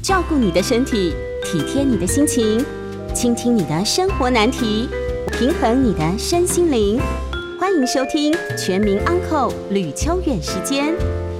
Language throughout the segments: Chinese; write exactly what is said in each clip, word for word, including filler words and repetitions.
照顾你的身体，体贴你的心情，倾听你的生活难题，平衡你的身心灵。欢迎收听全民安扣吕秋远时间。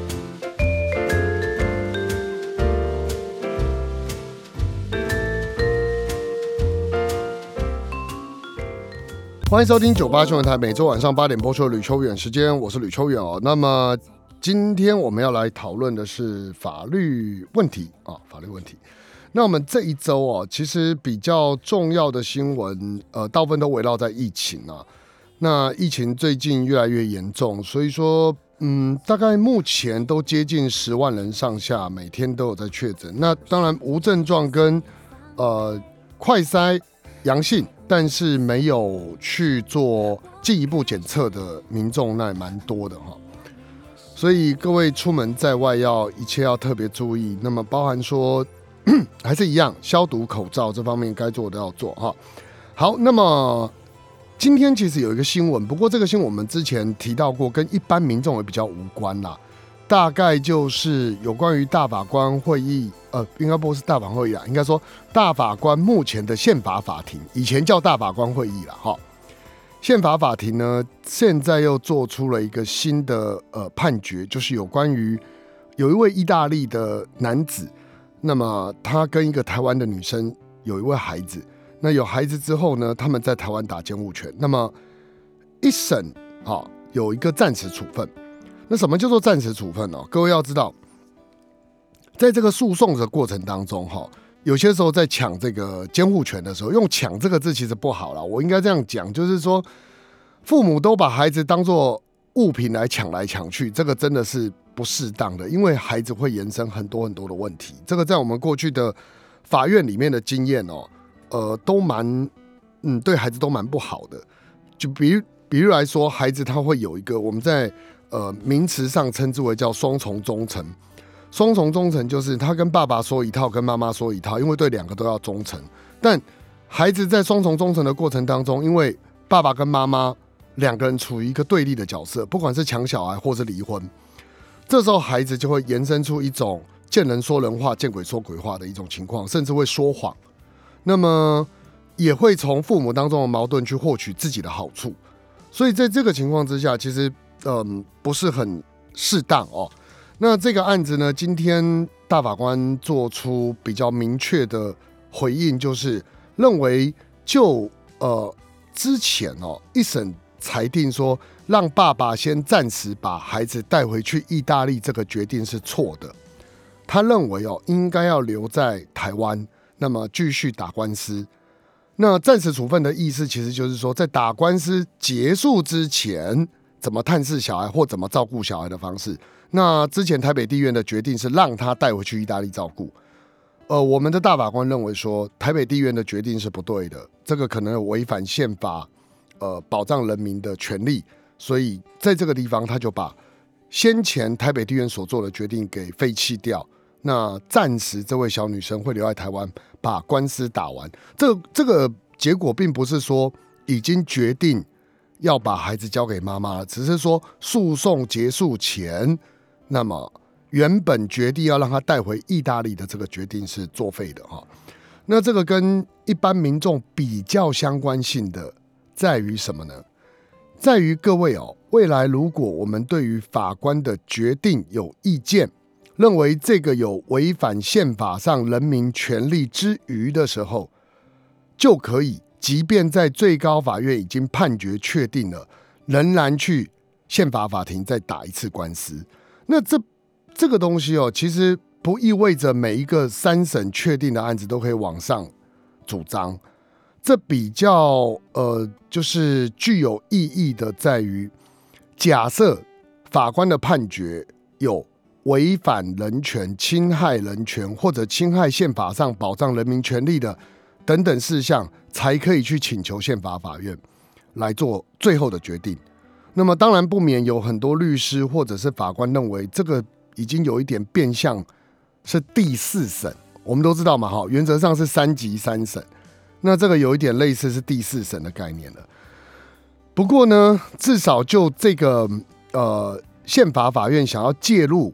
欢迎收听九八新闻台每周晚上八点播出的吕秋远时间，我是吕秋远哦。那么今天我们要来讨论的是法律问题啊，法律问题。那我们这一周哦，其实比较重要的新闻，呃，大部分都围绕在疫情啊。那疫情最近越来越严重，所以说，嗯，大概目前都接近十万人上下，每天都有在确诊。那当然无症状跟呃快筛阳性，但是没有去做进一步检测的民众，那也蛮多的哈。所以各位出门在外要一切要特别注意。那么包含说还是一样，消毒口罩这方面该做的要做哈。好，那么今天其实有一个新闻，不过这个新闻我们之前提到过，跟一般民众也比较无关啦。大概就是有关于大法官会议，呃，应该不是大法官会议啦，应该说大法官目前的宪法法庭，以前叫大法官会议啦，哈。宪法法庭呢，现在又做出了一个新的呃判决，就是有关于有一位意大利的男子，那么他跟一个台湾的女生有一位孩子，那有孩子之后呢，他们在台湾打监护权，那么一审啊有一个暂时处分。那什么叫做暂时处分呢？各位要知道，在这个诉讼的过程当中，哈，有些时候在抢这个监护权的时候，用“抢”这个字其实不好啦，我应该这样讲，就是说，父母都把孩子当作物品来抢来抢去，这个真的是不适当的，因为孩子会延伸很多很多的问题。这个在我们过去的法院里面的经验哦，呃，都蛮嗯，对孩子都蛮不好的。就比如比如来说，孩子他会有一个我们在呃，名词上称之为叫双重忠诚。双重忠诚就是他跟爸爸说一套，跟妈妈说一套，因为对两个都要忠诚。但孩子在双重忠诚的过程当中，因为爸爸跟妈妈两个人处于一个对立的角色，不管是抢小孩或是离婚，这时候孩子就会延伸出一种见人说人话，见鬼说鬼话的一种情况，甚至会说谎。那么也会从父母当中的矛盾去获取自己的好处。所以在这个情况之下，其实嗯，不是很适当哦。那这个案子呢，今天大法官做出比较明确的回应，就是认为就呃之前哦一审裁定说让爸爸先暂时把孩子带回去意大利这个决定是错的。他认为哦应该要留在台湾，那么继续打官司。那暂时处分的意思其实就是说，在打官司结束之前，怎么探视小孩或怎么照顾小孩的方式。那之前台北地院的决定是让他带回去意大利照顾。呃，我们的大法官认为说，台北地院的决定是不对的，这个可能有违反宪法，呃，保障人民的权利，所以在这个地方他就把先前台北地院所做的决定给废弃掉。那暂时这位小女生会留在台湾，把官司打完。这这个结果并不是说已经决定要把孩子交给妈妈了，只是说诉讼结束前，那么原本决定要让他带回意大利的这个决定是作废的哈。那这个跟一般民众比较相关性的在于什么呢？在于各位哦，未来如果我们对于法官的决定有意见，认为这个有违反宪法上人民权利之余的时候，就可以即便在最高法院已经判决确定了，仍然去宪法法庭再打一次官司。那这这个东西哦，其实不意味着每一个三审确定的案子都可以往上主张。这比较呃，就是具有意义的在于，假设法官的判决有违反人权、侵害人权或者侵害宪法上保障人民权利的等等事项，才可以去请求宪法法院来做最后的决定。那么当然不免有很多律师或者是法官认为这个已经有一点变相是第四审。我们都知道嘛，原则上是三级三审，那这个有一点类似是第四审的概念了。不过呢，至少就这个呃宪法法院想要介入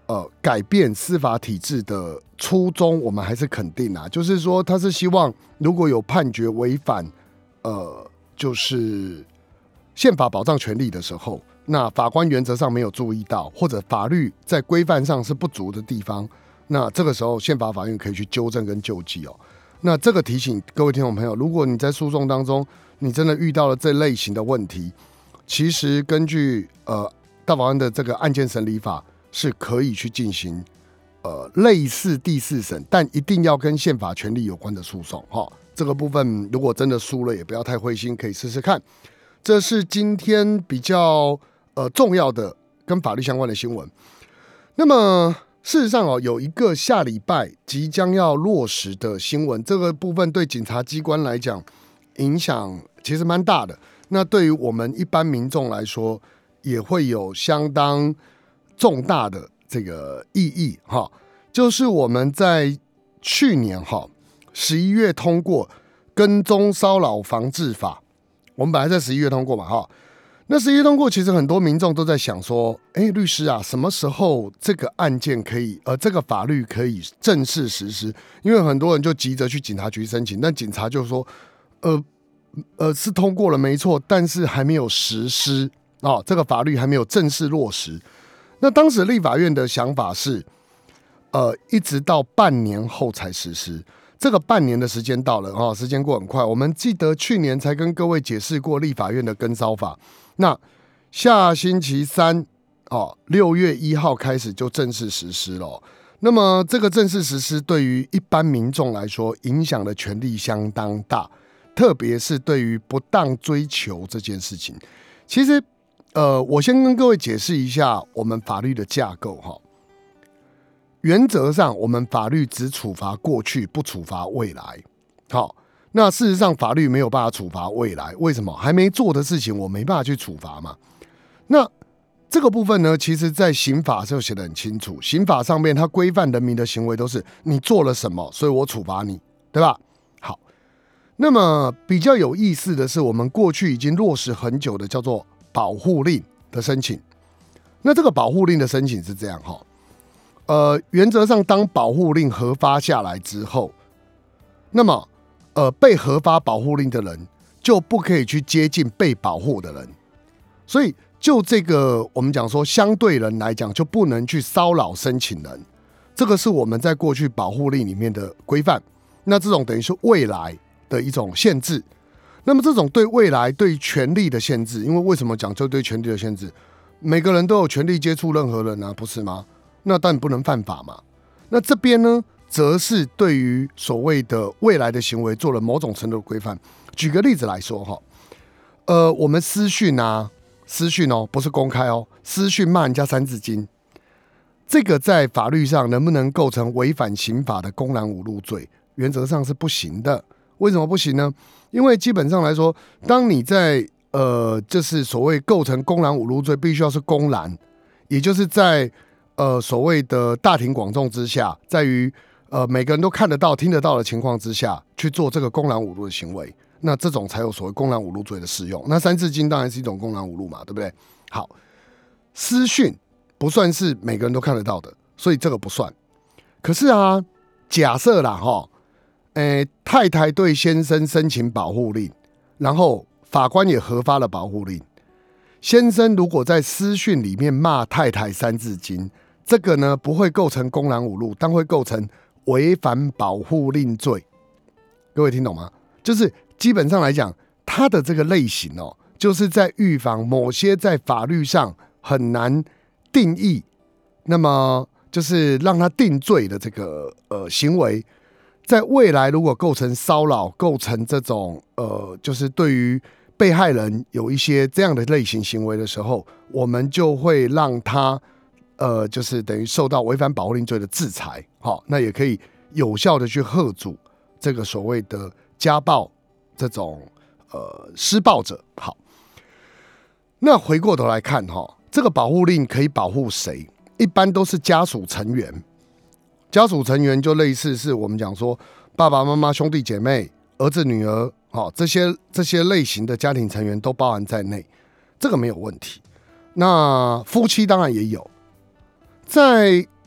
呃改变司法体制的初衷，我们还是肯定啊，就是说他是希望如果有判决违反呃就是宪法保障权利的时候，那法官原则上没有注意到，或者法律在规范上是不足的地方，那这个时候宪法法院可以去纠正跟救济哦。那这个提醒各位听众朋友，如果你在诉讼当中你真的遇到了这类型的问题，其实根据呃大法官的这个案件审理法是可以去进行呃类似第四审，但一定要跟宪法权利有关的诉讼哈。这个部分如果真的输了，也不要太灰心，可以试试看。这是今天比较呃重要的跟法律相关的新闻。那么事实上哦，有一个下礼拜即将要落实的新闻，这个部分对检察机关来讲影响其实蛮大的。那对于我们一般民众来说，也会有相当重大的这个意义哈。就是我们在去年哈十一月通过跟踪骚扰防治法，我们本来在十一月通过嘛哈。那十一月通过，其实很多民众都在想说，哎，律师啊，什么时候这个案件可以，呃，这个法律可以正式实施？因为很多人就急着去警察局申请，但警察就说，呃，呃，是通过了没错，但是还没有实施啊、哦，这个法律还没有正式落实。那当时立法院的想法是，呃，一直到半年后才实施。这个半年的时间到了、哦、时间过很快。我们记得去年才跟各位解释过立法院的跟骚法。那下星期三哦，六月一号开始就正式实施了、哦。那么这个正式实施对于一般民众来说，影响的权利相当大，特别是对于不当追求这件事情。其实，呃，我先跟各位解释一下我们法律的架构哈、哦。原则上，我们法律只处罚过去，不处罚未来。好，那事实上法律没有办法处罚未来，为什么？还没做的事情我没办法去处罚嘛。那这个部分呢，其实在刑法就写得很清楚，刑法上面它规范人民的行为都是你做了什么，所以我处罚你，对吧？好，那么比较有意思的是，我们过去已经落实很久的叫做保护令的申请。那这个保护令的申请是这样哈。呃，原则上，当保护令核发下来之后，那么，呃，被核发保护令的人就不可以去接近被保护的人，所以就这个我们讲说相对人来讲，就不能去骚扰申请人，这个是我们在过去保护令里面的规范。那这种等于是未来的一种限制。那么这种对未来对权利的限制，因为为什么讲究对权利的限制？每个人都有权利接触任何人啊，不是吗？那当然不能犯法嘛。那这边呢，则是对于所谓的未来的行为做了某种程度的规范。举个例子来说哈，呃，我们私讯啊，私讯哦，不是公开哦，私讯骂人家三字经，这个在法律上能不能构成违反刑法的公然侮辱罪？原则上是不行的。为什么不行呢？因为基本上来说，当你在呃，就是所谓构成公然侮辱罪，必须要是公然，也就是在呃，所谓的大庭广众之下，在于呃每个人都看得到、听得到的情况之下去做这个公然侮辱的行为，那这种才有所谓公然侮辱罪的适用。那三字经当然是一种公然侮辱嘛，对不对？好，私讯不算是每个人都看得到的，所以这个不算。可是啊，假设啦哈，诶，太太对先生申请保护令，然后法官也核发了保护令，先生如果在私讯里面骂太太三字经，这个呢不会构成公然侮辱，但会构成违反保护令罪。各位听懂吗？就是基本上来讲，它的这个类型哦，就是在预防某些在法律上很难定义，那么就是让他定罪的这个呃行为，在未来如果构成骚扰，构成这种呃，就是对于被害人有一些这样的类型行为的时候，我们就会让他。呃，就是等于受到违反保护令罪的制裁，好，那也可以有效的去吓阻这个所谓的家暴这种呃施暴者。好，那回过头来看哈，这个保护令可以保护谁？一般都是家属成员，家属成员就类似是我们讲说爸爸妈妈、兄弟姐妹、儿子女儿，好，这些这些类型的家庭成员都包含在内，这个没有问题。那夫妻当然也有。在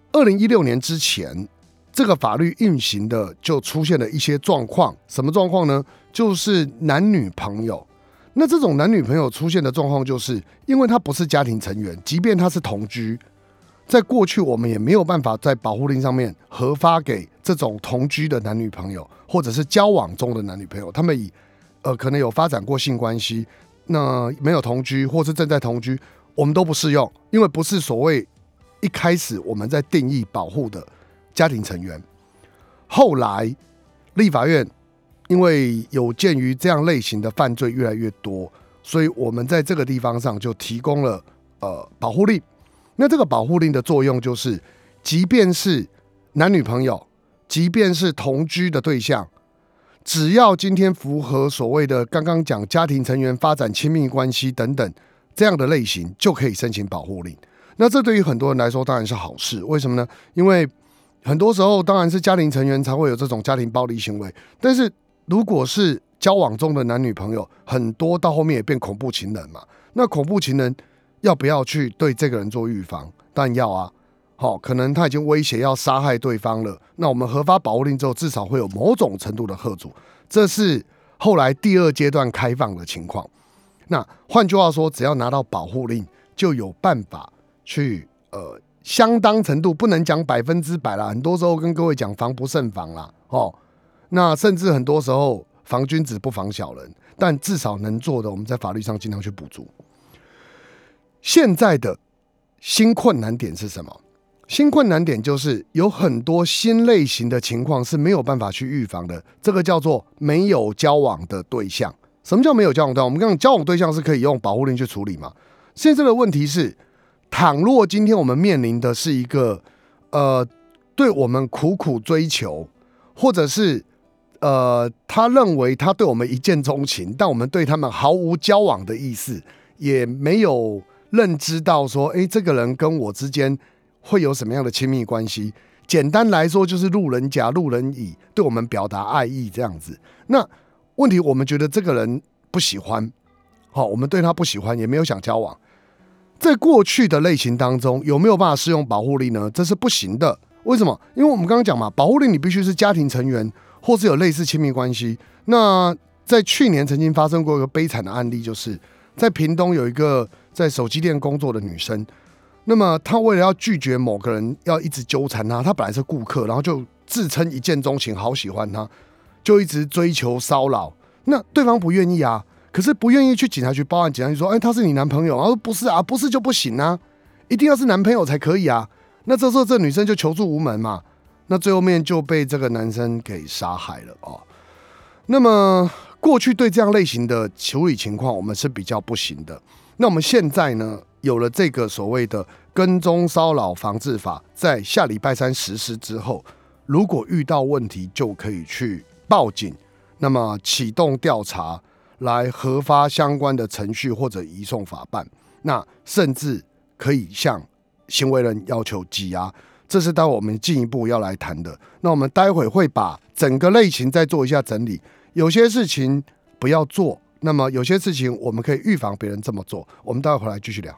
二零一六年之前，这个法律运行的就出现了一些状况。什么状况呢？就是男女朋友。那这种男女朋友出现的状况，就是因为他不是家庭成员，即便他是同居，在过去我们也没有办法在保护令上面核发给这种同居的男女朋友，或者是交往中的男女朋友，他们以呃可能有发展过性关系，那没有同居或是正在同居，我们都不适用，因为不是所谓一开始我们在定义保护的家庭成员。后来立法院因为有鉴于这样类型的犯罪越来越多，所以我们在这个地方上就提供了呃保护令。那这个保护令的作用就是，即便是男女朋友，即便是同居的对象，只要今天符合所谓的刚刚讲家庭成员发展亲密关系等等这样的类型，就可以申请保护令。那这对于很多人来说当然是好事，为什么呢？因为很多时候当然是家庭成员才会有这种家庭暴力行为，但是如果是交往中的男女朋友，很多到后面也变恐怖情人嘛。那恐怖情人要不要去对这个人做预防？当然要啊。好，可能他已经威胁要杀害对方了，那我们核发保护令之后，至少会有某种程度的吓阻。这是后来第二阶段开放的情况。那换句话说，只要拿到保护令，就有办法去呃相当程度，不能讲百分之百啦，很多时候跟各位讲防不胜防啦。哦，那甚至很多时候防君子不防小人，但至少能做的，我们在法律上尽量去补足。现在的新困难点是什么？新困难点就是有很多新类型的情况是没有办法去预防的，这个叫做没有交往的对象。什么叫没有交往对象？我们刚刚交往对象是可以用保护令去处理嘛？现在的问题是，倘若今天我们面临的是一个呃，对我们苦苦追求，或者是呃，他认为他对我们一见钟情，但我们对他们毫无交往的意思，也没有认知到说，哎，这个人跟我之间会有什么样的亲密关系？简单来说，就是路人甲、路人乙对我们表达爱意这样子。那问题，我们觉得这个人不喜欢，好，我们对他不喜欢，也没有想交往。在过去的类型当中，有没有办法适用保护令呢？这是不行的。为什么？因为我们刚刚讲嘛，保护令你必须是家庭成员，或是有类似亲密关系。那在去年曾经发生过一个悲惨的案例，就是在屏东有一个在手机店工作的女生。那么他为了要拒绝某个人要一直纠缠他，他本来是顾客，然后就自称一见钟情，好喜欢他，就一直追求骚扰。那对方不愿意啊，可是不愿意去警察局报案，警察局说：“哎，他是你男朋友。”然后说：“不是啊，不是就不行啊，一定要是男朋友才可以啊。”那这时候这女生就求助无门嘛，那最后面就被这个男生给杀害了哦。那么过去对这样类型的处理情况，我们是比较不行的。那我们现在呢？有了这个所谓的跟踪骚扰防治法，在下礼拜三实施之后，如果遇到问题就可以去报警，那么启动调查来核发相关的程序或者移送法办，那甚至可以向行为人要求羁押，这是待会我们进一步要来谈的。那我们待会会把整个类型再做一下整理，有些事情不要做，那么有些事情我们可以预防别人这么做。我们待会回来继续聊。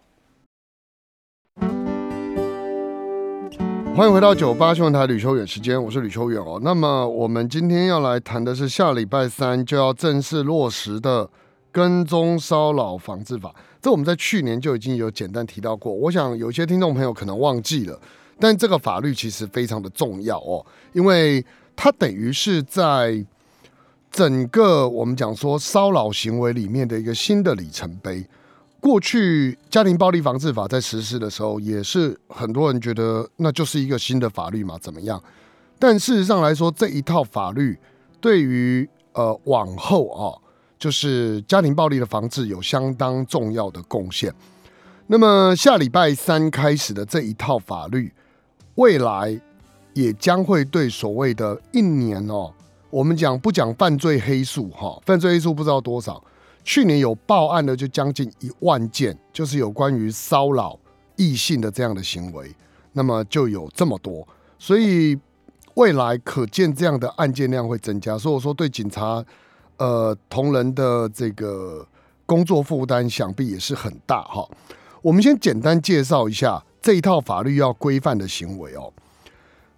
欢迎回到九八新闻台吕秋远时间，我是吕秋远哦。那么我们今天要来谈的是下礼拜三就要正式落实的跟踪骚扰防治法。这我们在去年就已经有简单提到过，我想有些听众朋友可能忘记了，但这个法律其实非常的重要哦，因为它等于是在整个我们讲说骚扰行为里面的一个新的里程碑。过去家庭暴力防治法在实施的时候，也是很多人觉得那就是一个新的法律嘛，怎么样？但事实上来说，这一套法律对于呃往后啊，就是家庭暴力的防治有相当重要的贡献。那么下礼拜三开始的这一套法律，未来也将会对所谓的一年哦，我们讲不讲犯罪黑数哈，犯罪黑数不知道多少。去年有报案的就将近一万件，就是有关于骚扰异性的这样的行为，那么就有这么多，所以未来可见这样的案件量会增加，所以我说对警察呃同仁的这个工作负担想必也是很大哈。我们先简单介绍一下这一套法律要规范的行为哦。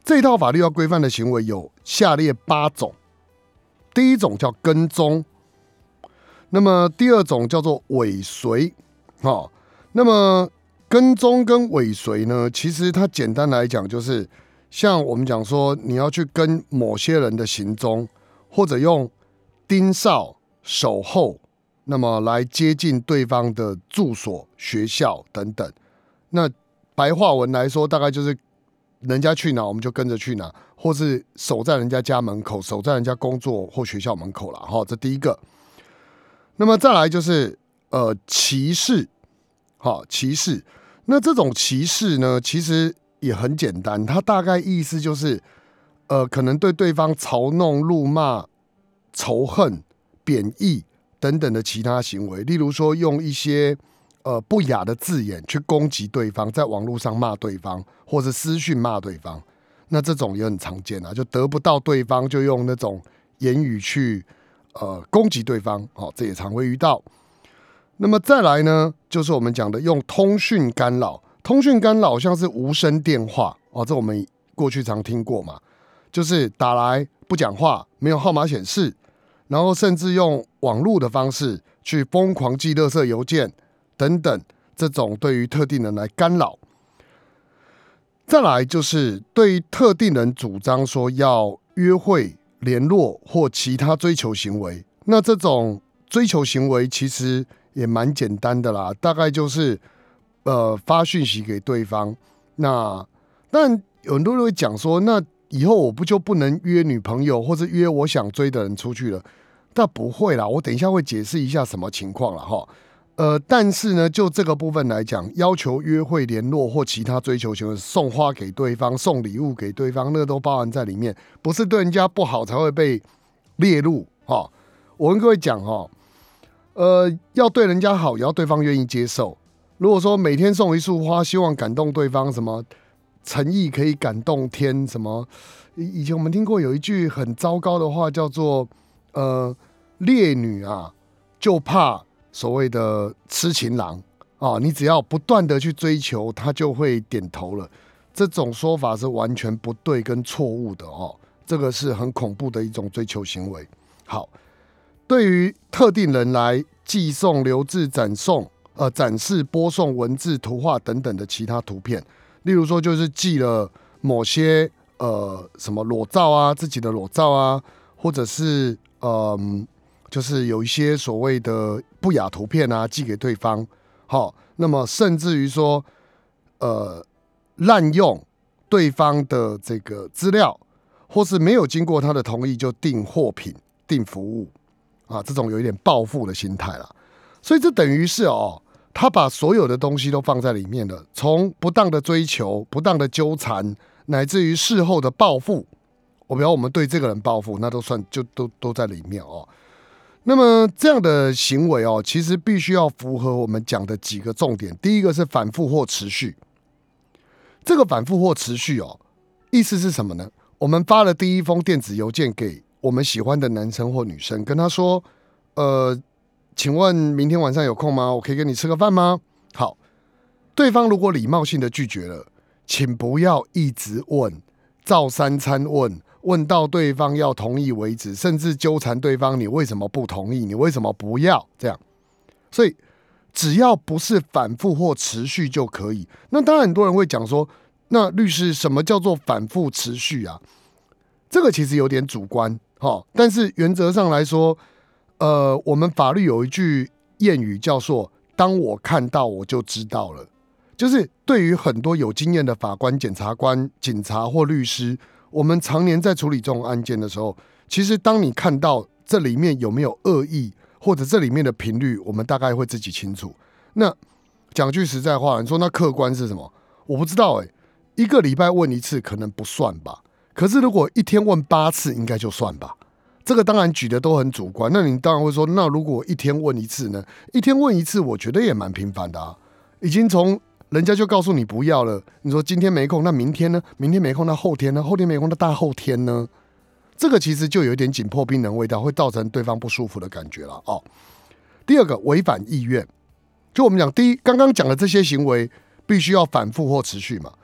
这一套法律要规范的行为有下列八种。第一种叫跟踪，那么第二种叫做尾随。哦，那么跟踪跟尾随呢，其实它简单来讲就是像我们讲说你要去跟某些人的行踪，或者用盯梢、守候，那么来接近对方的住所、学校等等。那白话文来说，大概就是人家去哪我们就跟着去哪，或是守在人家家门口，守在人家工作或学校门口啦。齁，这第一个。那么再来就是呃歧视，好，歧视。那这种歧视呢，其实也很简单，它大概意思就是呃可能对对方嘲弄、辱骂、仇恨、贬义等等的其他行为，例如说用一些呃不雅的字眼去攻击对方，在网络上骂对方，或者私讯骂对方。那这种也很常见啊，就得不到对方就用那种言语去呃攻击对方，哦，这也常会遇到。那么再来呢，就是我们讲的用通讯干扰。通讯干扰像是无声电话，哦，这我们过去常听过嘛，就是打来不讲话，没有号码显示，然后甚至用网络的方式去疯狂寄垃圾邮件等等，这种对于特定人来干扰。再来就是对于特定人主张说要约会、联络或其他追求行为，那这种追求行为其实也蛮简单的啦，大概就是呃发讯息给对方。那但有很多人会讲说，那以后我不就不能约女朋友或者约我想追的人出去了？但不会啦，我等一下会解释一下什么情况啦齁。呃，但是呢，就这个部分来讲，要求约会、联络或其他追求行为，送花给对方、送礼物给对方，那个都包含在里面，不是对人家不好才会被列入齁。我跟各位讲齁，呃，要对人家好，也要对方愿意接受。如果说每天送一束花，希望感动对方，什么诚意可以感动天，什么以前我们听过有一句很糟糕的话，叫做呃，烈女啊，就怕所谓的痴情郎啊，你只要不断的去追求，他就会点头了。这种说法是完全不对跟错误的哦，这个是很恐怖的一种追求行为。好，对于特定人来寄送、留置、展送、呃展示、播送文字、图画等等的其他图片，例如说就是寄了某些呃什么裸照啊，自己的裸照啊，或者是呃。就是有一些所谓的不雅图片啊，寄给对方，好，那么甚至于说，呃，滥用对方的这个资料，或是没有经过他的同意就订货品、订服务啊，这种有一点报复的心态啦。所以这等于是哦，他把所有的东西都放在里面了，从不当的追求、不当的纠缠，乃至于事后的报复，我比如我们对这个人报复，那都算就都都在里面哦。那么这样的行为哦，其实必须要符合我们讲的几个重点。第一个是反复或持续。这个反复或持续哦，意思是什么呢？我们发了第一封电子邮件给我们喜欢的男生或女生，跟他说：“呃，请问明天晚上有空吗？我可以跟你吃个饭吗？”好，对方如果礼貌性的拒绝了，请不要一直问，照三餐问。问到对方要同意为止，甚至纠缠对方，你为什么不同意？你为什么不要？这样，所以只要不是反复或持续就可以。那当然，很多人会讲说，那律师什么叫做反复持续啊？这个其实有点主观，齁，但是原则上来说，呃，我们法律有一句谚语叫做“当我看到我就知道了”，就是对于很多有经验的法官、检察官、警察或律师。我们常年在处理这种案件的时候，其实当你看到这里面有没有恶意，或者这里面的频率，我们大概会自己清楚。那讲句实在话，你说那客观是什么？我不知道哎、欸，一个礼拜问一次可能不算吧，可是如果一天问八次，应该就算吧。这个当然举的都很主观，那你当然会说，那如果一天问一次呢？一天问一次，我觉得也蛮频繁的啊，已经从。人家就告诉你不要了，你说今天没空，那明天呢？明天没空，那后天呢？后天没空，那大后天呢？这个其实就有点紧迫冰冷味道，会造成对方不舒服的感觉了哦。第二个，违反意愿，就我们讲第一，刚刚讲的这些行为必须要反复或持续嘛。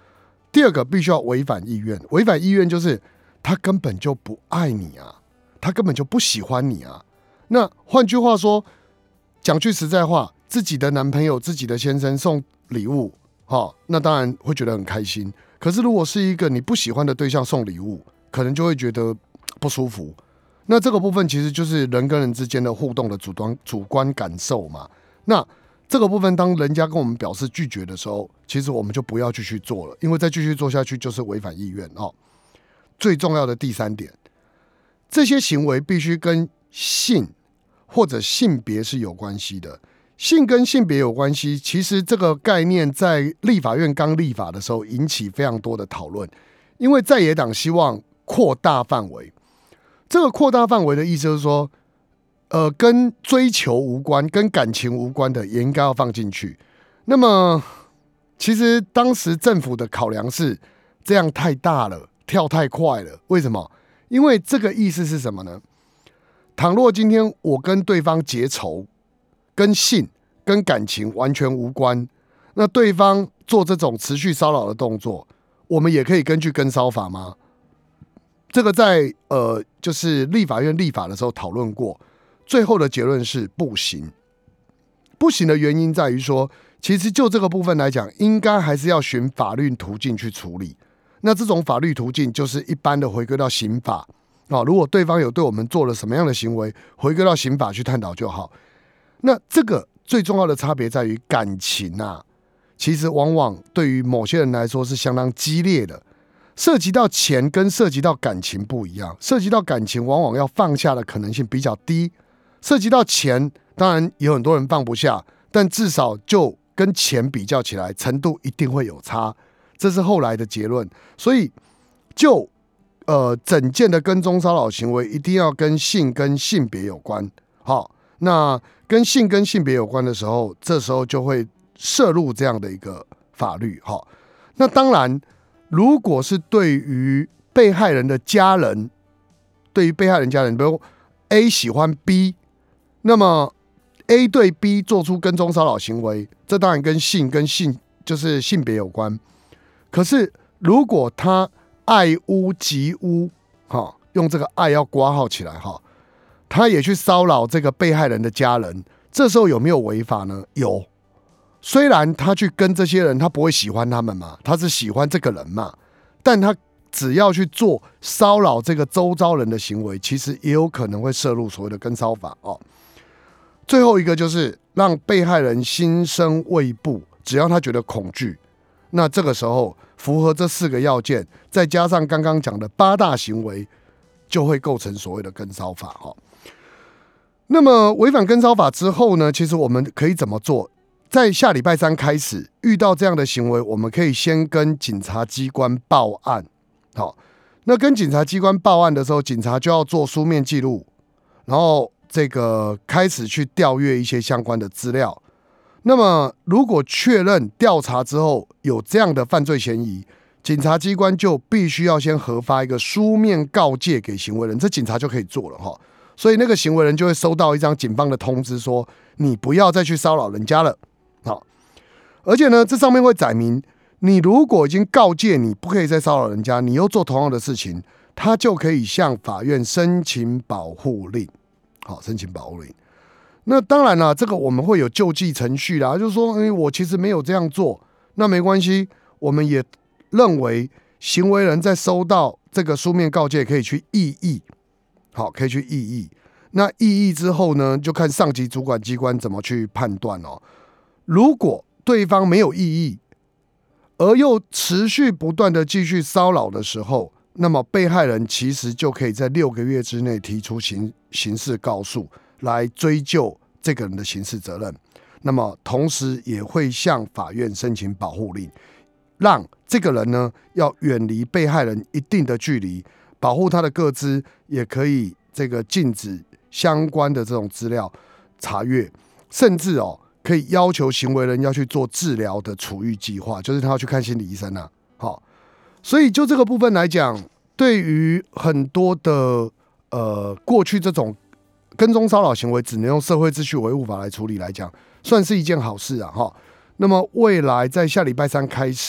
第二个必须要违反意愿，违反意愿就是他根本就不爱你啊，他根本就不喜欢你啊。那换句话说，讲句实在话，自己的男朋友、自己的先生送礼物，哦，那当然会觉得很开心。可是如果是一个你不喜欢的对象送礼物，可能就会觉得不舒服。那这个部分其实就是人跟人之间的互动的主观主观感受嘛。那这个部分，当人家跟我们表示拒绝的时候，其实我们就不要继续做了，因为再继续做下去就是违反意愿哦。最重要的第三点，这些行为必须跟性或者性别是有关系的。性跟性别有关系，其实这个概念在立法院刚立法的时候引起非常多的讨论，因为在野党希望扩大范围。这个扩大范围的意思就是说，呃，跟追求无关、跟感情无关的也应该要放进去。那么，其实当时政府的考量是这样太大了，跳太快了。为什么？因为这个意思是什么呢？倘若今天我跟对方结仇，跟性、跟感情完全无关，那对方做这种持续骚扰的动作，我们也可以根据跟骚法吗？这个在呃，就是立法院立法的时候讨论过，最后的结论是不行。不行的原因在于说，其实就这个部分来讲，应该还是要循法律途径去处理。那这种法律途径就是一般的回归到刑法。哦，如果对方有对我们做了什么样的行为，回归到刑法去探讨就好。那这个最重要的差别在于感情啊，其实往往对于某些人来说是相当激烈的。涉及到钱跟涉及到感情不一样，涉及到感情往往要放下的可能性比较低，涉及到钱当然有很多人放不下，但至少就跟钱比较起来，程度一定会有差，这是后来的结论。所以就呃整件的跟踪骚扰行为一定要跟性跟性别有关。好，那跟性跟性别有关的时候，这时候就会涉入这样的一个法律。好，那当然如果是对于被害人的家人，对于被害人家人，比如 A 喜欢 B， 那么 A 对 B 做出跟踪骚扰行为，这当然跟性跟性就是性别有关。可是如果他爱屋及乌，用这个爱要括号起来，他也去骚扰这个被害人的家人，这时候有没有违法呢？有。虽然他去跟这些人，他不会喜欢他们嘛，他是喜欢这个人嘛，但他只要去做骚扰这个周遭人的行为，其实也有可能会涉入所谓的跟骚法哦。最后一个就是让被害人心生畏怖，只要他觉得恐惧，那这个时候符合这四个要件，再加上刚刚讲的八大行为，就会构成所谓的跟骚法哦。那么违反跟骚法之后呢，其实我们可以怎么做？在下礼拜三开始遇到这样的行为，我们可以先跟警察机关报案。好，那跟警察机关报案的时候，警察就要做书面记录，然后这个开始去调阅一些相关的资料。那么如果确认调查之后有这样的犯罪嫌疑，警察机关就必须要先核发一个书面告诫给行为人，这警察就可以做了哈。所以那个行为人就会收到一张警方的通知，说你不要再去骚扰人家了。好，而且呢，这上面会载明，你如果已经告诫你不可以再骚扰人家，你又做同样的事情，他就可以向法院申请保护令。好，申请保护令。那当然啦，这个我们会有救济程序啦，就是说，欸，我其实没有这样做，那没关系，我们也认为行为人在收到这个书面告诫可以去异议，好，可以去异议。那异议之后呢，就看上级主管机关怎么去判断哦。如果对方没有异议，而又持续不断的继续骚扰的时候，那么被害人其实就可以在六个月之内提出刑刑事告诉，来追究这个人的刑事责任。那么同时也会向法院申请保护令，让这个人呢要远离被害人一定的距离，保护他的个资，也可以这个禁止相关的这种资料查阅，甚至哦。可以要求行为人要去做治疗的处遇计划，就是他要去看心理医生啊。好，所以就这个部分来讲，对于很多的呃过去这种跟踪骚扰行为只能用社会秩序维护法来处理来讲，算是一件好事啊。哈，那么未来在下礼拜三开始，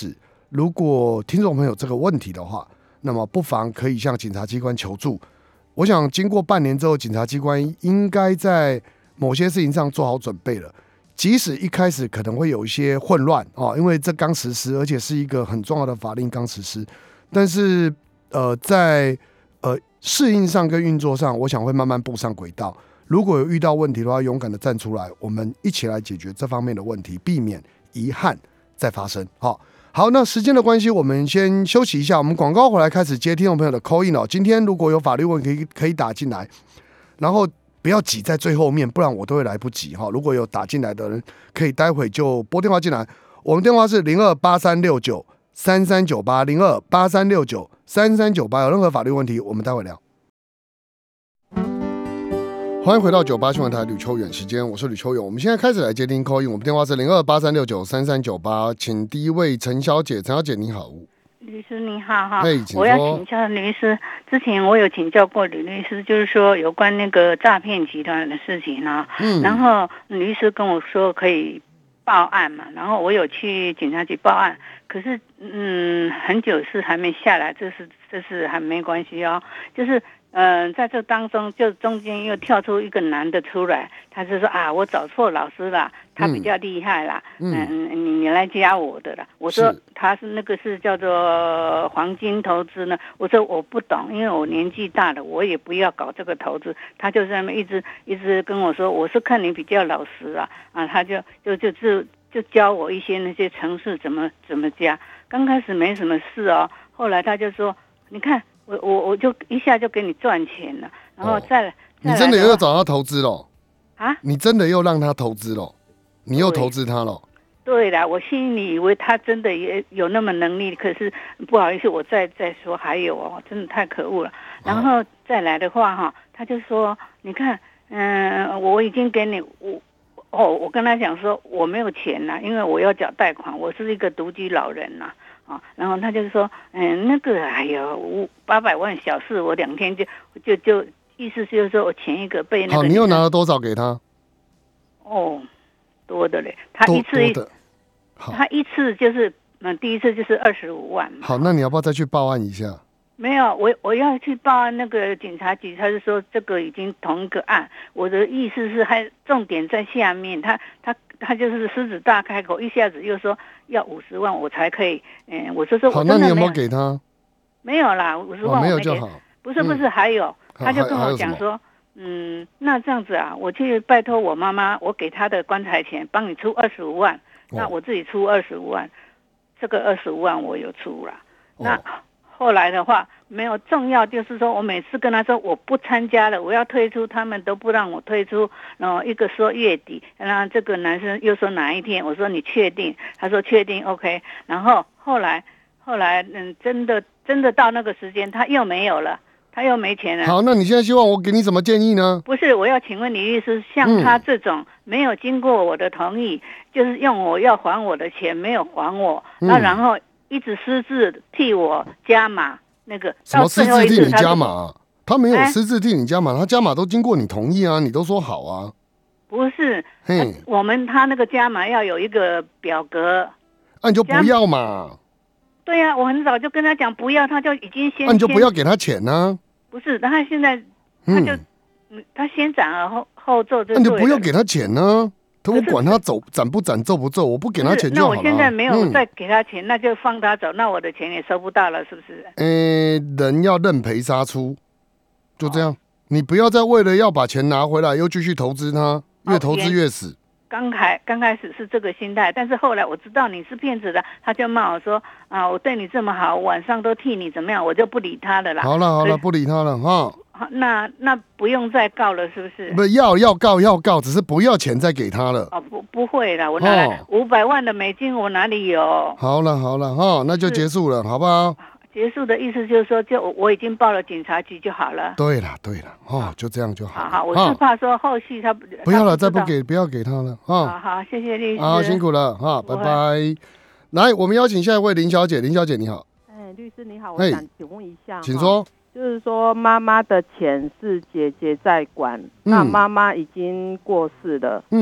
如果听众朋友这个问题的话，那么不妨可以向警察机关求助。我想经过半年之后，警察机关应该在某些事情上做好准备了。即使一开始可能会有一些混乱哦，因为这刚实施，而且是一个很重要的法令刚实施，但是呃，在呃适应上跟运作上，我想会慢慢步上轨道。如果有遇到问题的话，勇敢的站出来，我们一起来解决这方面的问题，避免遗憾再发生。好，好，那时间的关系，我们先休息一下。我们广告回来开始接听众朋友的 call in 哦。今天如果有法律问题可以可以打进来，然后不要挤在最后面，不然我都会来不及哈。如果有打进来的人，可以待会就拨电话进来。我们电话是零二八三六九三三九八零二八三六九三三九八，有任何法律问题，我们待会聊。欢迎回到九八新闻台吕秋远时间，我是吕秋远。我们现在开始来接听 call in， 我们电话是零二八三六九三三九八，请第一位陈小姐，陈小姐你好。 律师你好哈， 我要请教律师。之前我有请教过吕律师，就是说有关那个诈骗集团的事情啊。嗯，然后律师跟我说可以报案嘛，然后我有去警察局报案，可是嗯，很久是还没下来，这是这是还没关系哦，就是。嗯、呃，在这当中，就中间又跳出一个男的出来，他就说啊，我找错老师了，他比较厉害啦，嗯，嗯你你来加我的啦。我说他是那个是叫做黄金投资呢，我说我不懂，因为我年纪大了，我也不要搞这个投资。他就在那一直一直跟我说，我是看你比较老实啊，啊，他就就就就就教我一些那些程式怎么怎么加。刚开始没什么事哦，后来他就说，你看。我我我就一下就给你赚钱了，然后再来、哦、 你真的又找他投资了啊？ 你真的又让他投资了？你又投资他了？ 对啦，我心里以为他真的也有那么能力，可是不好意思，我再再说还有哦，真的太可恶了。然后再来的话哈，他就说，你看，嗯、呃，我已经给你我。哦，我跟他讲说我没有钱啦，因为我要缴贷款，我是一个独居老人啦。啊，然后他就说，嗯，那个，哎呦，五八百万小事，我两天就就就，意思就是说我前一个被那个。 好，你又拿了多少给他？ 哦，多的嘞，他一次一，他一次就是嗯，第一次就是二十五万。 好，那你要不要再去报案一下？ 没有，我我要去报案，那个警察局他是说这个已经同一个案，我的意思是还重点在下面，他他。他就是狮子大开口，一下子又说要五十万我才可以，嗯，我说说我真的没有。 好，那你有没有给他？ 没有啦，五十万我没有就好。 不是不是，嗯、还有，他就跟我讲说，嗯，那这样子啊，我去拜托我妈妈，我给她的棺材钱，帮你出二十五万，那我自己出二十五万，这个二十五万我有出了，哦、那。后来的话没有重要，就是说我每次跟他说我不参加了，我要退出，他们都不让我退出。然后一个说月底，然后这个男生又说哪一天，我说你确定？他说确定 ，OK。然后后来后来嗯，真的真的到那个时间，他又没有了，他又没钱了。 好，那你现在希望我给你什么建议呢？ 不是，我要请问李律师，像他这种没有经过我的同意，嗯、就是用我要还我的钱没有还我，那、嗯、然后。一直私自替我加码，那个什么私自替你加码？他没有私自替你加码，他加码都经过你同意啊，你都说好啊。 不是，呃、我们他那个加码要有一个表格， 那、啊、你就不要嘛。 对呀、啊，我很早就跟他讲不要，他就已经先。那、啊、 你就不要给他钱呢、啊？ 不是，他现在他就，嗯、他先斩而后后奏就。 那、啊、你就不要给他钱呢、啊？我管他走斩不斩奏不奏，我不给他钱就好了。 那我现在没有再给他钱，嗯、那就放他走，那我的钱也收不到了，是不是？ 呃，人要认赔杀出，就这样。哦、你不要再为了要把钱拿回来，又继续投资他，越投资越死。 刚开刚开始是这个心态，但是后来我知道你是骗子的，他就骂我说啊，我对你这么好，晚上都替你怎么样，我就不理他了啦。 好了好了，不理他了哈。 那那不用再告了，是不是？ 不要要告要告，只是不要钱再给他了。 哦，不不会啦，我拿来五百万的美金，我哪里有？ 好了好了哈，那就结束了，好不好？ 结束的意思就是说，就我已经报了警察局就好了。 对了对了，哦，就这样就好。 好好，我是怕说后续他不要了，再不给不要给他了啊。 好好，谢谢律师。 好，辛苦了哈，拜拜。来，我们邀请下一位林小姐，林小姐你好。 哎，律师你好，我想请问一下， 请说。 就是说，妈妈的钱是姐姐在管，嗯、那妈妈已经过世了。嗯，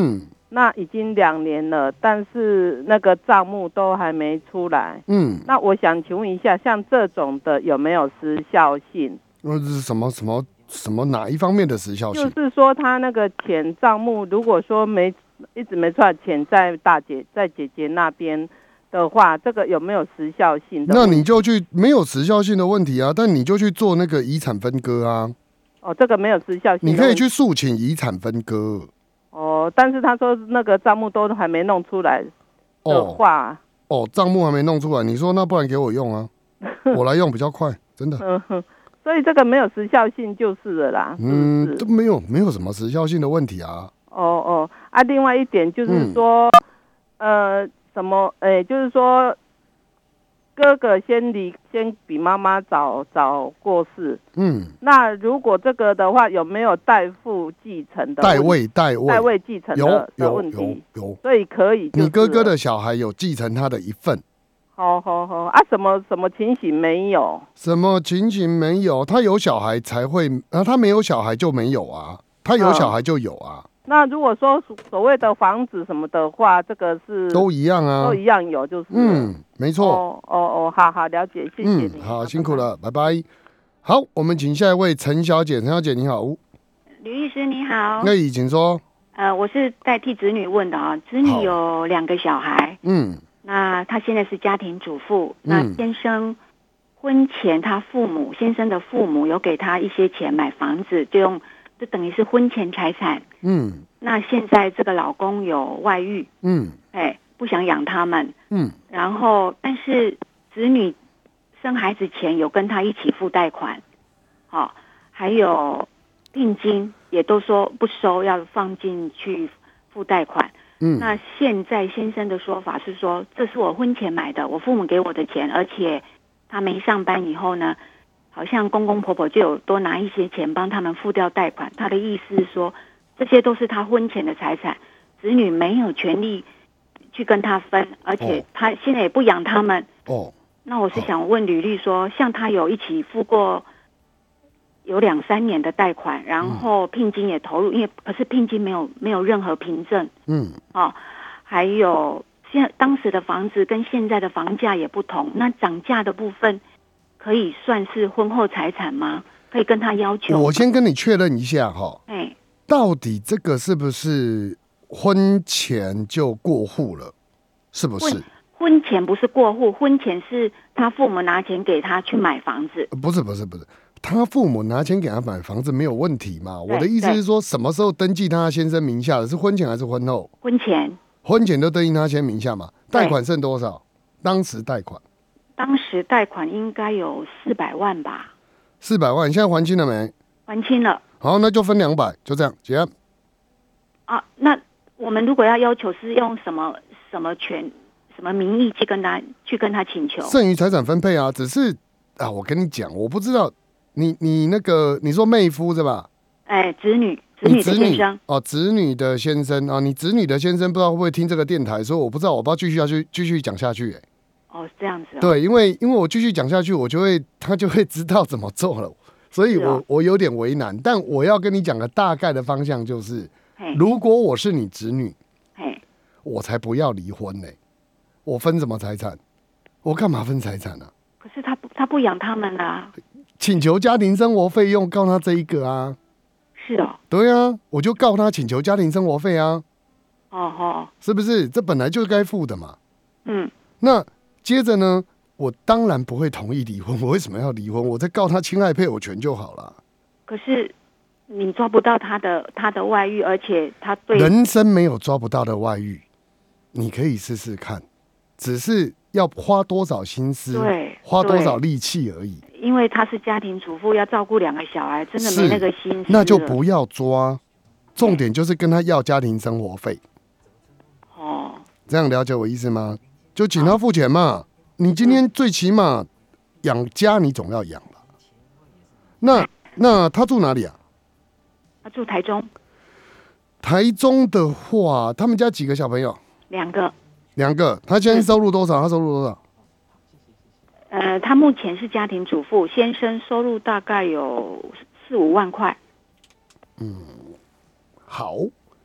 那已经两年了，但是那个账目都还没出来。 嗯， 那我想请问一下，像这种的有没有时效性？ 那是什么什么什么哪一方面的时效性？ 就是说他那个钱账目，如果说没一直没出来，钱在大姐在姐姐那边的话，这个有没有时效性的？ 那你就去没有时效性的问题啊，但你就去做那个遗产分割啊。 哦，这个没有时效性的问题， 你可以去诉请遗产分割。 哦，但是他说那个账目都还没弄出来的话， 哦，账目还没弄出来，你说那不然给我用啊，我来用比较快，真的。 嗯哼，所以这个没有时效性就是了啦。 嗯，都没有没有什么时效性的问题啊。 哦哦啊，另外一点就是说，嗯、呃，什么？哎，就是说。哥哥先离，先比妈妈早早过世。嗯，那如果这个的话，有没有代父继承的？ 代位，代位， 代位继承的的问题？ 有有有， 所以可以。 你哥哥的小孩有继承他的一份。 好好好啊，什么什么情形没有？ 什么情形没有？他有小孩才会，啊，他没有小孩就没有啊，他有小孩就有啊。嗯， 那如果说所谓的房子什么的话，这个是都一样啊， 都一样有，就是嗯，没错。 哦哦哦，好好了解，谢谢你。 嗯，好，辛苦了，拜拜。好，我们请下一位陈小姐，陈小姐你好。 吕律师你好。 那请说。 呃，我是代替子女问的啊，子女有两个小孩， 嗯， 那她现在是家庭主妇，嗯，那先生婚前他父母先生的父母有给他一些钱买房子，就用。就等于是婚前财产，嗯，那现在这个老公有外遇，嗯，哎，不想养他们，嗯，然后但是子女生孩子前有跟他一起付贷款，好，哦，还有定金也都说不收，要放进去付贷款，嗯，那现在先生的说法是说，这是我婚前买的，我父母给我的钱，而且他没上班以后呢。好像公公婆婆就有多拿一些钱帮他们付掉贷款，他的意思是说，这些都是他婚前的财产，子女没有权利去跟他分，而且他现在也不养他们。哦，那我是想问吕律说，像他有一起付过有两三年的贷款，然后聘金也投入，因为可是聘金没有没有任何凭证。嗯，哦，还有现在当时的房子跟现在的房价也不同，那涨价的部分。可以算是婚后财产吗？可以跟他要求？ 我先跟你确认一下哈，哎，到底这个是不是婚前就过户了？是不是？ 婚前不是过户，婚前是他父母拿钱给他去买房子。 不是不是不是，他父母拿钱给他买房子没有问题嘛？我的意思是说，什么时候登记他先生名下的？是婚前还是婚后？ 婚前。 婚前都登记他先名下嘛？贷款剩多少？当时贷款。 当时贷款应该有四百万吧？ 四百万，现在还清了没？ 还清了。 好，那就分两百，就这样结案。 啊，那我们如果要要求是用什么什么权、什么名义去跟他去跟他请求？ 剩余财产分配啊，只是啊，我跟你讲，我不知道你你那个你说妹夫是吧？ 哎，子女，子女的先生哦，子女的先生啊，你子女的先生不知道会不会听这个电台，所以我不知道，我不知道继续下去继续讲下去、欸。 哦，这样子、哦。 对，因为因为我继续讲下去，我就会他就会知道怎么做了，所以我、哦、我有点为难。但我要跟你讲个大概的方向，就是如果我是你子女，我才不要离婚呢、欸。我分什么财产？我干嘛分财产呢、啊？ 可是他不他不养他们啊。 请求家庭生活费用告他这一个啊。 是哦。 对啊，我就告他请求家庭生活费啊。 哦哦。 是不是？这本来就该付的嘛。嗯。那。接着呢，我当然不会同意离婚。我为什么要离婚？我再告他侵害配偶权就好了。 可是你抓不到他的他的外遇，而且他对人生没有抓不到的外遇，你可以试试看，只是要花多少心思， 对， 花多少力气而已。 因为他是家庭主妇，要照顾两个小孩，真的没那个心思。 那就不要抓，重点就是跟他要家庭生活费。哦，这样了解我意思吗？就请他付钱嘛，你今天最起码养家你总要养吧？那那他住哪里啊？ 他住台中。 台中的话，他们家几个小朋友？ 两个。 两个。他现在收入多少？他收入多少？ 呃，他目前是家庭主妇，先生收入大概有四五万块。 嗯，好，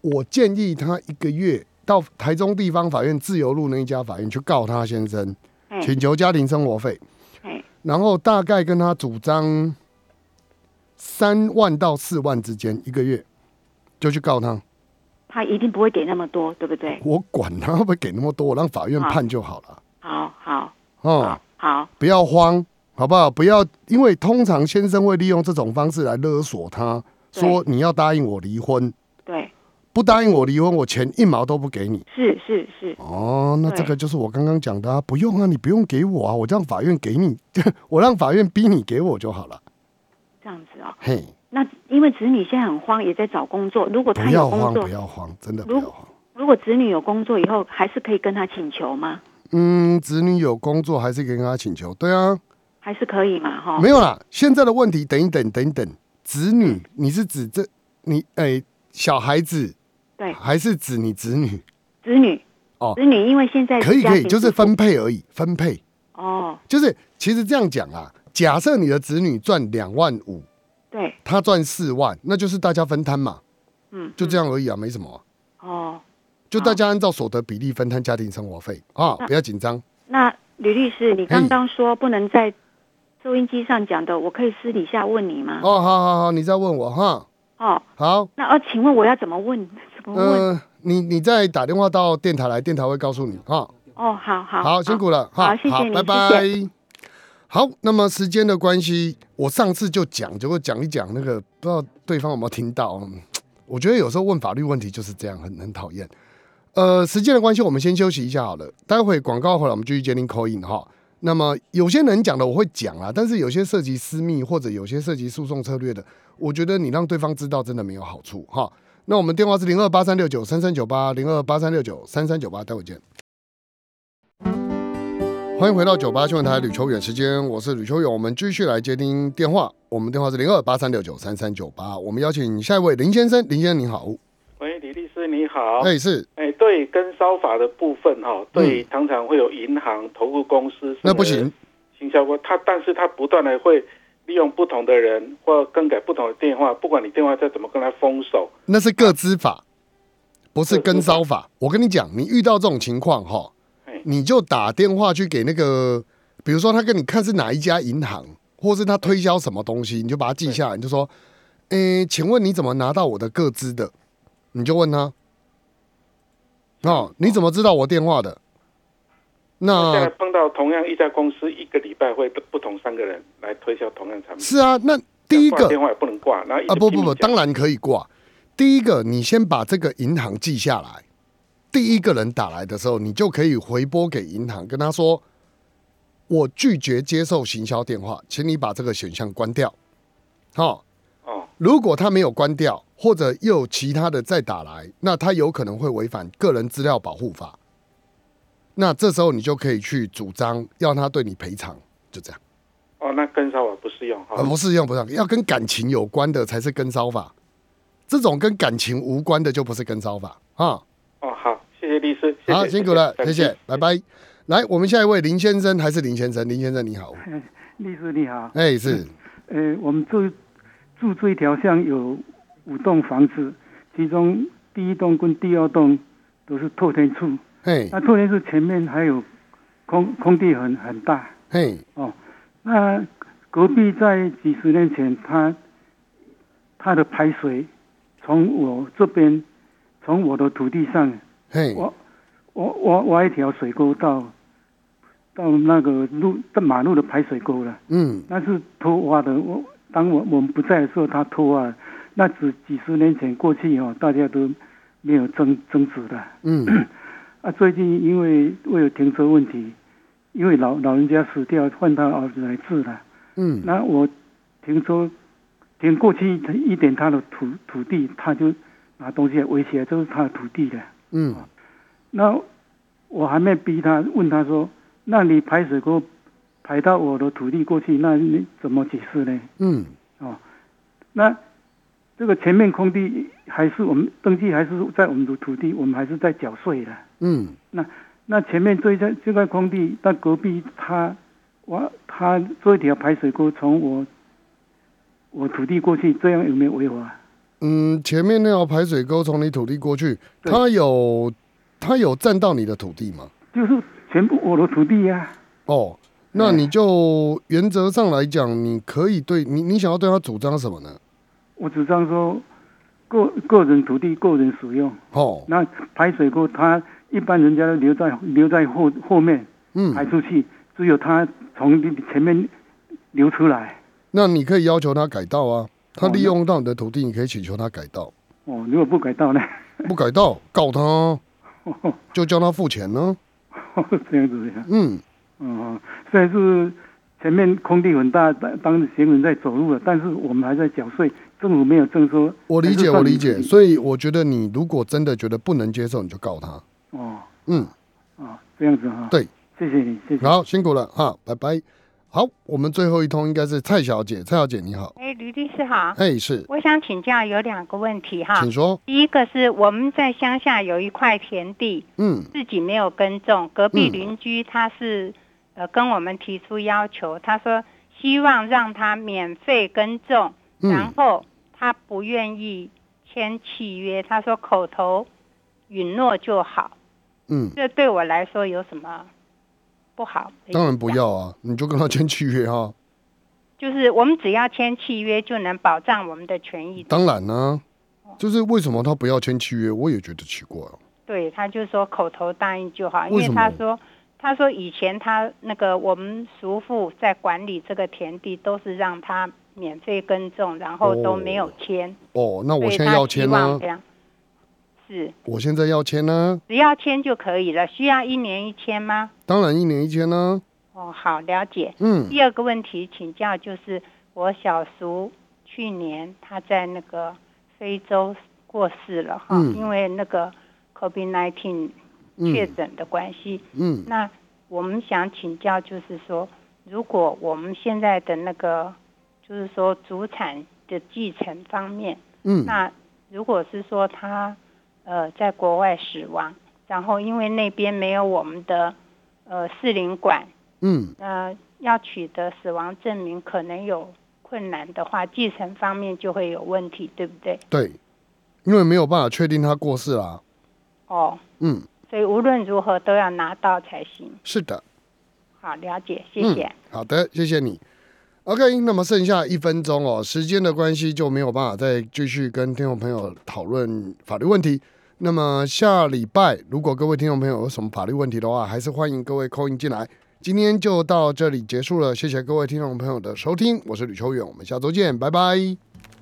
我建议他一个月到台中地方法院自由路那一家法院去告他先生，请求家庭生活费，然后大概跟他主张三万到四万之间一个月，就去告他。 他一定不会给那么多，对不对？ 我管他会不会给那么多，我让法院判就好了。 好好哦， 好， 不要慌，好不好？不要，因为通常先生会利用这种方式来勒索他，说你要答应我离婚。 对。 不答应我离婚，我钱一毛都不给你。 是是是。 哦，那这个就是我刚刚讲的啊，不用啊，你不用给我啊，我让法院给你，我让法院逼你给我就好了。 这样子哦。 嘿， 那因为子女现在很慌，也在找工作，如果他有工作， 不要慌，不要慌，真的不要慌。 如果子女有工作以后，还是可以跟他请求吗？ 嗯，子女有工作还是可以跟他请求，对啊， 还是可以嘛，哈。 没有啦，现在的问题，等一等，等一等，子女，你是指这你哎小孩子？ 对， 还是指你子女？ 子女哦， 子女，因为现在可以可以，就是分配而已，分配。 哦， 就是其实这样讲啊，假设你的子女赚两万五， 对， 他赚四万，那就是大家分摊嘛， 嗯， 就这样而已啊，没什么、啊。 哦， 就大家按照所得比例分摊家庭生活费啊，不要紧张。 那吕律师，你刚刚说不能在收音机上讲的，我可以私底下问你吗？ 哦，好好好，你再问我哈。 哦， 好。 那哦，请问我要怎么问？怎么问？ 呃，你你再打电话到电台来，电台会告诉你哈。 哦，好好。 好，辛苦了哈。 好，谢谢你， 拜拜。谢谢。好，那么时间的关系，我上次就讲，结果讲一讲那个，不知道对方有没有听到。我觉得有时候问法律问题就是这样，很很讨厌。呃，时间的关系，我们先休息一下好了。待会广告回来，我们继续接听 call in 哈。那么有些人讲的我会讲啦，但是有些涉及私密或者有些涉及诉讼策略的，我觉得你让对方知道真的没有好处哈。那我们电话是零二八三六九三三九八零二八三六九三三九八，待会见。欢迎回到九八新闻台吕秋远时间，我是吕秋远，我们继续来接听电话。我们电话是零二八三六九三三九八，我们邀请下一位林先生，林先生你好。 喂，李律师你好。 哎、欸、是。 哎、欸，对跟烧法的部分哈，对、嗯，常常会有银行、投顾公司那不行， 行销过他，但是他不断的会利用不同的人或更改不同的电话，不管你电话再怎么跟他封锁， 那是个资法，不是跟烧法。我跟你讲，你遇到这种情况哈，你就打电话去给那个，比如说他跟你看是哪一家银行，或是他推销什么东西，你就把它记下来，你就说，诶，请问你怎么拿到我的个资的？你就问他，哦，你怎么知道我电话的？那现在碰到同样一家公司，一个礼拜会不同三个人来推销同样产品。 是啊，那第一个电话也不能挂，然后啊不不不，当然可以挂。第一个，你先把这个银行记下来。第一个人打来的时候，你就可以回拨给银行，跟他说：“我拒绝接受行销电话，请你把这个选项关掉。”好，哦，如果他没有关掉，或者又有其他的再打来，那他有可能会违反个人资料保护法。那这时候你就可以去主张要他对你赔偿，就这样。 哦，那跟烧法不适用哈、 呃？不适用，不适用，要跟感情有关的才是跟烧法。这种跟感情无关的就不是跟烧法啊。 哦，好，谢谢律师，谢谢好，辛苦了，谢谢，谢谢拜拜。来，我们下一位林先生还是林先生？林先生你好， 律师你好， 哎、欸、是， 呃，我们住住这一条巷有五栋房子，其中第一栋跟第二栋都是透天厝， 嘿， 那透天厝前面还有空空地很很大， 嘿， 哦，那隔壁在几十年前，他他的排水从我这边，从我的土地上， 嘿， 我我挖挖一条水沟到到那个路马路的排水沟了，嗯，那是偷挖的。我当我我们不在的时候，他偷挖，那只几十年前过去哦，大家都没有争争执的，嗯，啊，最近因为为了停车问题，因为老老人家死掉，换他儿子来治了，嗯，那我停车停过去一点他的土土地，他就拿东西来威胁，这是他的土地的，嗯，那我还没逼他，问他说，那你排水沟排到我的土地过去，那你怎么解释呢？嗯，哦，那这个前面空地还是我们登记，还是在我们的土地，我们还是在缴税的。嗯，那那前面这一这块空地，那隔壁他我他做一条排水沟从我我土地过去，这样有没有违法？ 嗯，前面那条排水沟从你土地过去，它有它有占到你的土地吗？ 就是全部我的土地呀、啊。 哦，那你就原则上来讲，你可以对你你想要对他主张什么呢？ 我主张说个个人土地个人使用。哦，那排水沟它一般人家都留在留在后后面，嗯，排出去，只有他从前面流出来。 那你可以要求他改道啊，他利用到你的土地，你可以请求他改道。 哦，如果不改道呢？ 不改道，告他，就叫他付钱呢。 这样子呀。嗯。嗯，虽然是前面空地很大，当行人在走路了，但是我们还在缴税，政府没有征收。 我理解，我理解，所以我觉得你如果真的觉得不能接受，你就告他。 哦，嗯，啊，这样子哈。 对， 谢谢你，谢谢。 好，辛苦了哈，拜拜。好，我们最后一通应该是蔡小姐，蔡小姐你好。 哎、欸，吕律师好。 哎、欸，是。 我想请教有两个问题哈。 请说。 第一个是我们在乡下有一块田地，嗯，自己没有耕种，隔壁邻居他是、嗯、呃跟我们提出要求，他说希望让他免费耕种，嗯、然后他不愿意签契约，他说口头允诺就好。嗯，这对我来说有什么不好？ 当然不要啊，你就跟他签契约哈。 就是我们只要签契约就能保障我们的权益。 当然呢、啊，就是为什么他不要签契约，我也觉得奇怪哦。 对，他就说口头答应就好，因为他说他说以前他那个我们叔父在管理这个田地都是让他免费耕种，然后都没有签。 哦，哦那我现在要签呢？ 是， 我现在要签呢？ 只要签就可以了，需要一年一签吗？ 当然一年一签呢。 哦，好，了解。嗯，第二个问题请教就是，我小叔去年他在那个非洲过世了哈、嗯，因为那个 COVID 十九 确诊的关系。嗯，那我们想请教就是说，如果我们现在的那个就是说祖产的继承方面，嗯，那如果是说他呃在国外死亡，然后因为那边没有我们的呃士林馆。嗯，呃，要取得死亡证明可能有困难的话，继承方面就会有问题，对不对？ 对，因为没有办法确定他过世啦。 哦，嗯，所以无论如何都要拿到才行。 是的。 好，了解，谢谢。 嗯、好的，谢谢你。OK， 那么剩下一分钟哦，时间的关系就没有办法再继续跟听众朋友讨论法律问题。那么下礼拜，如果各位听众朋友有什么法律问题的话，还是欢迎各位 call in 进来。今天就到这里结束了，谢谢各位听众朋友的收听，我是吕秋远，我们下周见，拜拜。